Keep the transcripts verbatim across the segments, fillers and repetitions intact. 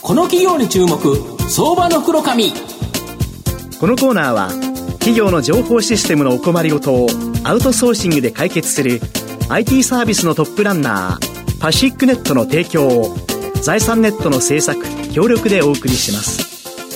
この企業に注目、相場の袋紙。 このコーナーは企業の情報システムのお困りごとをアウトソーシングで解決する アイティー サービスのトップランナーパシックネットの提供を財産ネットの制作協力でお送りします。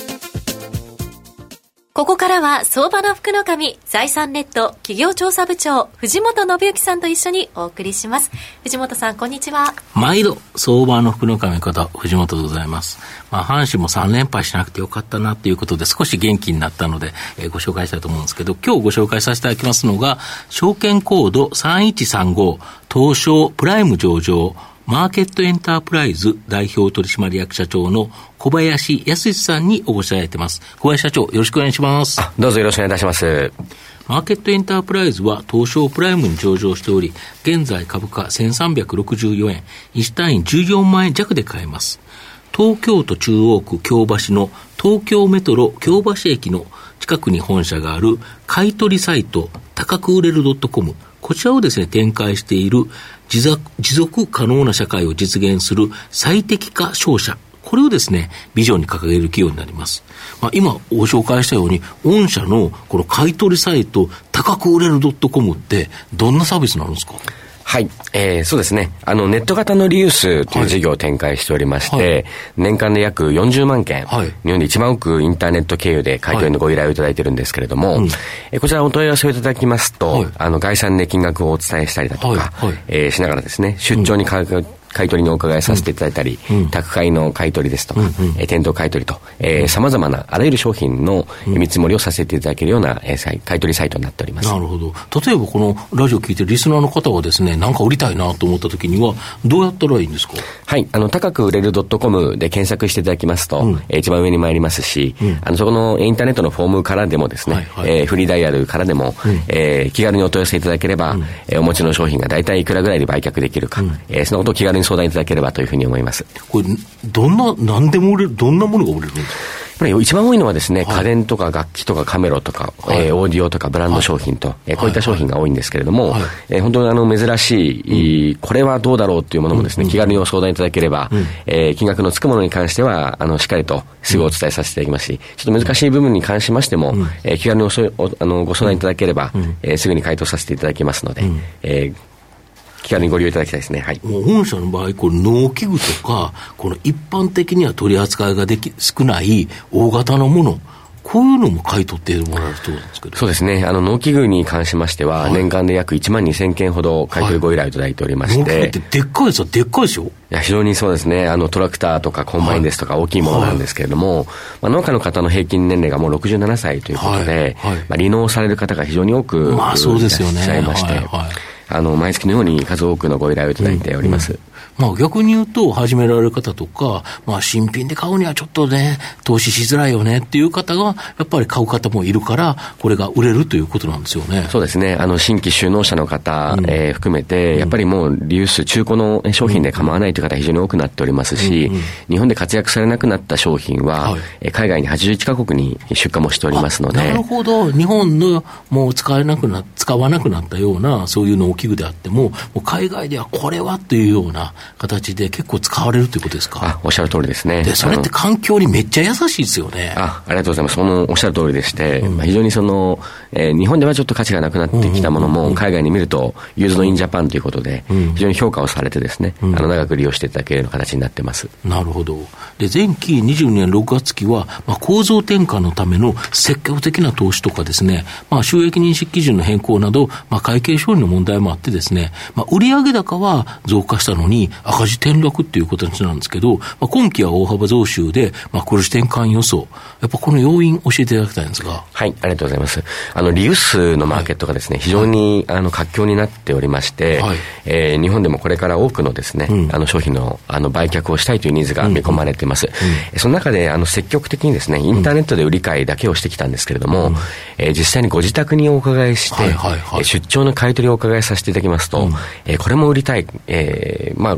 ここからは相場の福の神、財産ネット企業調査部長藤本信之さんと一緒にお送りします。藤本さん、こんにちは。 毎度相場の福の神こと藤本でございます。まあ、阪神もさん連敗しなくてよかったなということで少し元気になったので、えー、ご紹介したいと思うんですけど、今日ご紹介させていただきますのが証券コードさんいちさんご東証プライム上場マーケットエンタープライズ代表取締役社長の小林康さんにお越しいただいています。小林社長、よろしくお願いします。 あ、どうぞよろしくお願いいたします。 マーケットエンタープライズは東証プライムに上場しており、現在株価せんさんびゃくろくじゅうよえん、いち単位じゅうよんまんえん弱で買えます。東京都中央区京橋の東京メトロ京橋駅の近くに本社がある買取サイト高く売れる .com、こちらをですね展開している持続、持続可能な社会を実現する最適化商社、これをですねビジョンに掲げる企業になります。まあ、今ご紹介したように御社のこの買取サイト高く売れる .com ってどんなサービスなんですか？ はい、えー、そうですね。あの、ネット型のリユースという事業を展開しておりまして、はい、年間で約よんじゅうまんけん、はい、日本でいちまんおくインターネット経由で買取のご依頼をいただいているんですけれども、はい、えこちらお問い合わせをいただきますと、はい、あの、概算で金額をお伝えしたりだとか、はいはい、えー、しながらですね、出張に価格、うん買取にお伺いさせていただいたり、うん、宅配の買取ですとか、うんうん、え店頭買取と、えー、様々なあらゆる商品の見積もりをさせていただけるような、えー、買取サイトになっております。 なるほど。例えばこのラジオ聞いてるリスナーの方はですね、なんか売りたいなと思った時にはどうやったらいいんですか？ はい、あの高く売れる .com で検索していただきますと、うん、えー、一番上に参りますし、うん、あのそこのインターネットのフォームからでもですね、はいはい、えー、フリーダイヤルからでも、うん、えー、気軽にお問い合わせいただければ、うん、えー、お持ちの商品が大体いくらぐらいで売却できるか、うん、えー、そのことを気軽に相談いただければというふうに思います。 これどんな何でも売れる、どんなものが売れるんですか？ やっぱり一番多いのはですね、はい、家電とか楽器とかカメラとか、はい、えー、オーディオとかブランド商品と、はい、えー、こういった商品が多いんですけれども、はいはい、えー、本当にあの珍しい、うん、これはどうだろうというものもですね、うん、気軽にご相談いただければ、うん、えー、金額のつくものに関してはあのしっかりとすぐお伝えさせていただきますし、ちょっと難しい部分に関しましても、うん、えー、気軽におそおあのご相談いただければ、うん、えー、すぐに回答させていただきますので、うん、えー気軽にご利用いただきたいですね。はい。 もう御社の場合、これ農機具とか、この一般的には取り扱いができ少ない大型のもの、こういうのも買い取ってもらえると思うんですけど。 そうですね。あの農機具に関しましては、はい、年間で約いちまんにせんけんほど買い取りご依頼いただいておりまして。 はい、農機具ってでっかいですよ。でっかいですよ。 いや、非常にそうですね。あのトラクターとかコンバインですとか大きいものなんですけれども、はい、まあ、農家の方の平均年齢がもうろくじゅうななさいということで、はいはい、まあ、離農される方が非常に多く、 まあ、そうですよね、 いらっしゃいまして、はいはい、あの毎月のように数多くのご依頼をいただいております。うんうん、 まあ、逆に言うと始められる方とか、まあ、新品で買うにはちょっとね投資しづらいよねっていう方がやっぱり買う方もいるから、これが売れるということなんですよね。 そうですね。あの新規就農者の方、うん、えー、含めてやっぱりもうリユース中古の商品で構わないという方が非常に多くなっておりますし、うんうん、日本で活躍されなくなった商品は、はい、海外にはちじゅういっかこくに出荷もしておりますので。 なるほど。日本のもう使えなくな使わなくなったようなそういう農機具であっても、もう海外ではこれはというような形で結構使われるということですか？ あ、おっしゃる通りですね。 で、それって環境にめっちゃ優しいですよね。 あ、ありがとうございます。そのおっしゃる通りでして、うん、まあ、非常にその、えー、日本ではちょっと価値がなくなってきたものも、うんうんうん、海外に見るとユーズドインジャパンということで、うん、非常に評価をされてですね、うん、あの長く利用していただけるような形になってます。 なるほど。で、前期にじゅうねんろくがつ期は、まあ、構造転換のための積極的な投資とかですね、まあ、収益認識基準の変更など、まあ、会計処理の問題もあってですね、まあ、売上高は増加したのに赤字転落っていう形なんですけど、まあ、今期は大幅増収で、まあ、黒字転換予想、やっぱこの要因教えていただきたいんですが。 はい、ありがとうございます。あのリユースのマーケットがですね、はい、非常にあの活況になっておりまして、はい、えー、日本でもこれから多くのですね、うん、あの商品のあの売却をしたいというニーズが見込まれています。うんうんうん、その中であの積極的にですね、インターネットで売り買いだけをしてきたんですけれども、うん、えー、実際にご自宅にお伺いして、はいはいはい、出張の買い取りをお伺いさせていただきますと、うん、えー、これも売りたい、えー、まあ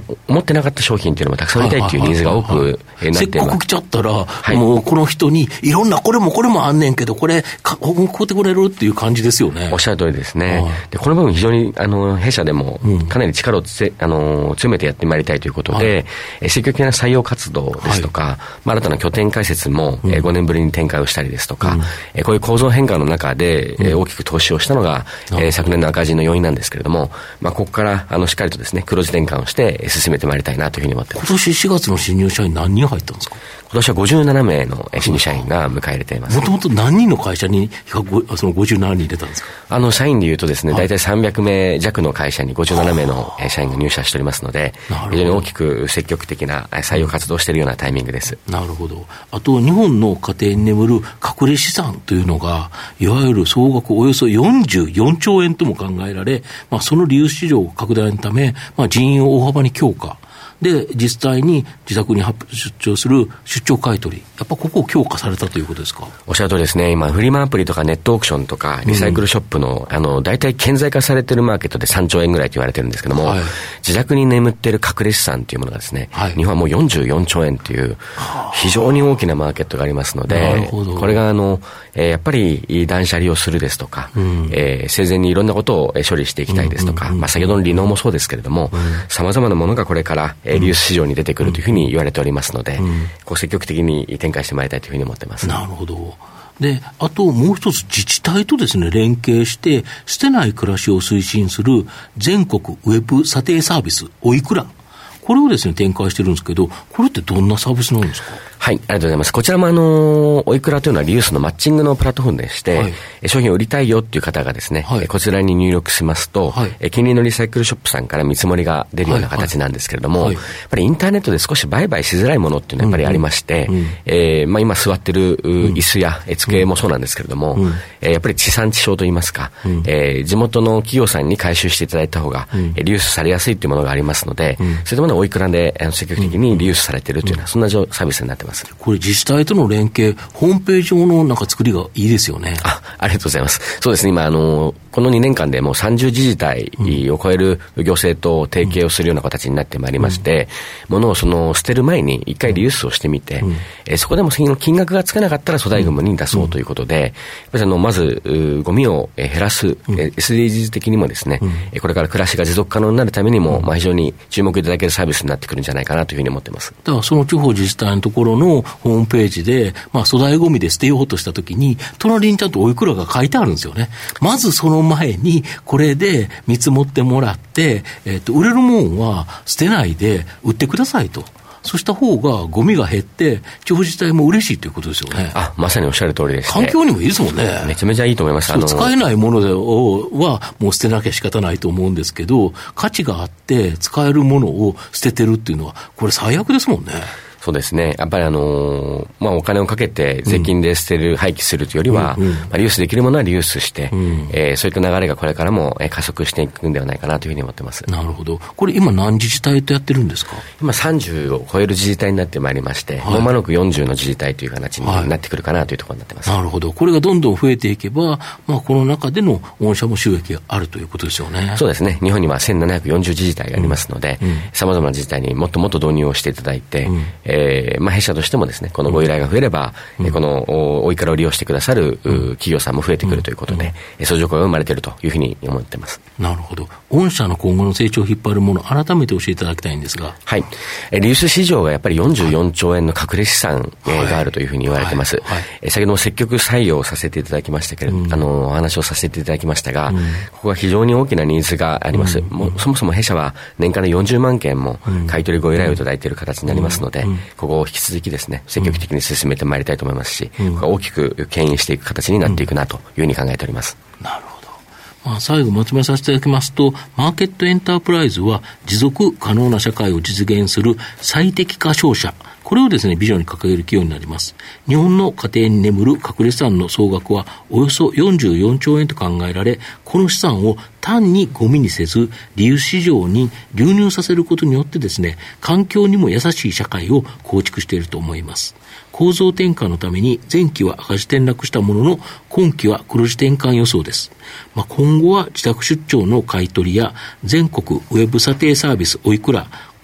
思ってなかった商品っていうのもたくさん売りたいっていうニーズが多くなっています。 せっかく来ちゃったら、はい、もうこの人にいろんなこれもこれもあんねんけど、これ買ってくれるっていう感じですよね。 おっしゃる通りですね。でこの部分非常にあの弊社でもかなり力をつせ、うん、あの強めてやってまいりたいということで、はい、積極的な採用活動ですとか、はい、まあ、新たな拠点開設も、うん、ごねんぶりに展開をしたりですとか、うん、こういう構造変化の中で、うん、大きく投資をしたのが、うん、昨年の赤字の要因なんですけれども、まあ、ここからあのしっかりとですね黒字転換をして進めてまいりたいなというふうに思っています。 今年しがつの新入社員何人入ったんですか？ 今年はごじゅうななめいの新入社員が迎え入れています。 もともと何人の会社にそのごじゅうななにん入れたんですか？ あの社員でいうとですね、大体さんびゃくめい弱の会社にごじゅうななめいの社員が入社しておりますので、非常に大きく積極的な採用活動をしているようなタイミングです。 なるほど。あと日本の家庭に眠る隠れ資産というのがいわゆる総額およそよんじゅうよんちょうえんとも考えられ、まあ、そのリユース市場拡大のため、まあ、人員を大幅に強化で実際に自宅に出張する出張買い取り、やっぱここを強化されたということですか？ おっしゃるとおりですね。今フリマアプリとかネットオークションとかリサイクルショップの、うん、あの大体顕在化されているマーケットでさんちょうえんぐらいと言われてるんですけども、はい、自宅に眠っている隠れ資産というものがですね、はい、日本はもうよんじゅうよんちょうえんという非常に大きなマーケットがありますので、これがあの、えー、やっぱり断捨離をするですとか、うん、えー、生前にいろんなことを処理していきたいですとか、うんうんうん、まあ、先ほどの離農もそうですけれども、さまざまなものがこれから、えー、リユース市場に出てくるというふうに言われておりますので、うん、こう積極的に展開してまいりたいというふうに思っています。 なるほど。で、あともう一つ自治体とですね連携して捨てない暮らしを推進する全国ウェブ査定サービスおいくら、これをですね展開してるんですけど、これってどんなサービスなんですか？ はい、ありがとうございます。こちらもあのおいくらというのはリユースのマッチングのプラットフォームでして、はい、商品を売りたいよっていう方がですね、はい、こちらに入力しますと、はい、近隣のリサイクルショップさんから見積もりが出るような形なんですけれども、はいはい、やっぱりインターネットで少し売買しづらいものっていうのはやっぱりありまして、うんうん、えーまあ、今座ってる椅子や机もそうなんですけれども、うん、えー、やっぱり地産地消といいますか、うん、えー、地元の企業さんに回収していただいた方が、うん、リユースされやすいというものがありますので、うん、そういったものをおいくらで積極的にリユースされているというような、そんなサービスになってます。 これ自治体との連携、ホームページ上のなんか作りがいいですよね。 あ、ありがとうございます。そうですね、今あのこのにねんかんでもうさんじゅう自治体を超える行政と提携をするような形になってまいりまして、うん、物をその捨てる前に一回リユースをしてみて、うん、えそこでも次の金額がつかなかったら粗大ゴミに出そうということで、うん、あのまずゴミを減らす、うん、エスディージーズ 的にもですね、うん、これから暮らしが持続可能になるためにも、うん、まあ、非常に注目いただけるサービスになってくるんじゃないかなというふうに思っています。 だからその地方自治体のところのホームページで、まあ、粗大ゴミで捨てようとしたときに隣にちゃんとおいくらが書いてあるんですよね。まずその前にこれで見積もってもらって、えっと、売れるもんは捨てないで売ってくださいと。そうした方がゴミが減って地方自治体も嬉しいということですよね。 あ、まさにおっしゃる通りです、ね。 環境にもいいですもんね。 めちゃめちゃいいと思います。あの使えないものはもう捨てなきゃ仕方ないと思うんですけど、価値があって使えるものを捨ててるっていうのはこれ最悪ですもんね。 そうですね。やっぱりあのー、まあお金をかけて税金で捨てる、うん、廃棄するというよりは、うんうん、まあ、リユースできるものはリユースして、うん、えー、そういった流れがこれからも加速していくんではないかなというふうに思ってます。 なるほど。これ今何自治体とやってるんですか？ 今さんじゅうを超える自治体になってまいりまして、はい、もう間もなくよんじゅうの自治体という形になってくるかなというところになってます。 はい、なるほど。これがどんどん増えていけば、まあこの中での御社も収益があるということですよね。 そうですね。日本にはせんななひゃくよんじゅう自治体がありますので、さまざまな自治体にもっともっと導入をしていただいて、うん、えー、まあ弊社としてもですね、このご依頼が増えれば、うん、このおいくらを利用してくださる、うん、企業さんも増えてくるということで、うん、相乗効果が生まれているというふうに思っています。 なるほど。御社の今後の成長を引っ張るもの、改めて教えていただきたいんですが。 はい。リユース市場がやっぱりよんじゅうよんちょうえんの隠れ資産があるというふうに言われています。はいはいはい、先ほども積極採用させていただきましたけれども、うん、あのお話をさせていただきましたが、うん、ここは非常に大きなニーズがあります。うん、もうそもそも弊社は年間でよんじゅうまんけんも買い取りご依頼をいただいている形になりますので、うんうん、ここを引き続きですね、積極的に進めてまいりたいと思いますし、うん、ここは大きく牽引していく形になっていくなというふうに考えております。 うん、なるほど。まあ、最後まとめさせていただきますと、マーケットエンタープライズは持続可能な社会を実現する最適化商社、これをですね、ビジョンに掲げる企業になります。日本の家庭に眠る隠れ資産の総額はおよそよんじゅうよんちょうえんと考えられ、この資産を単にゴミにせず、リユース市場に流入させることによってですね、環境にも優しい社会を構築していると思います。構造転換のために前期は赤字転落したものの今期は黒字転換予想です。まあ、今後は自宅出張の買い取りや全国ウェブ査定サービスおいくら、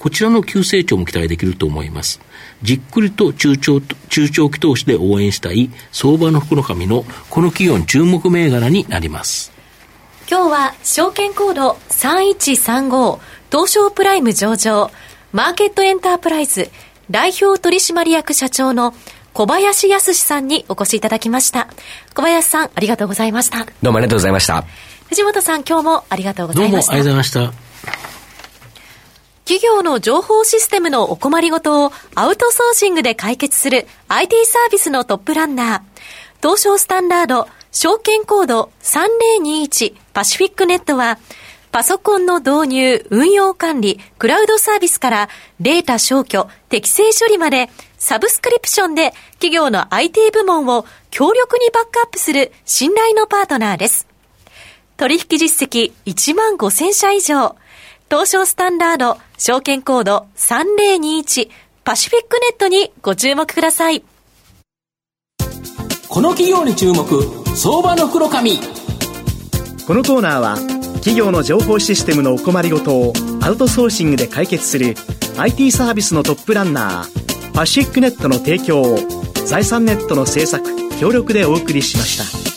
こちらの急成長も期待できると思います。じっくりと中長、中長期投資で応援したい相場の福の神のこの企業の注目銘柄になります。 今日は証券コードさんいちさんご東証プライム上場マーケットエンタープライズ代表取締役社長の小林康さんにお越しいただきました。小林さん、ありがとうございました。 どうもありがとうございました。 藤本さん、今日もありがとうございました。 どうもありがとうございました。 企業の情報システムのお困りごとをアウトソーシングで解決する アイティー サービスのトップランナー、東証スタンダード証券コードさんぜろにいちパシフィックネットは、パソコンの導入、運用管理、クラウドサービスからデータ消去、適正処理までサブスクリプションで企業の アイティー 部門を強力にバックアップする信頼のパートナーです。取引実績いちまんごせんしゃ以上、東証スタンダード証券コードさんぜろにいちパシフィックネットにご注目ください。 この企業に注目、相場の福の神。 このコーナーは企業の情報システムのお困りごとをアウトソーシングで解決する アイティー サービスのトップランナーパシフィックネットの提供を財産ネットの制作協力でお送りしました。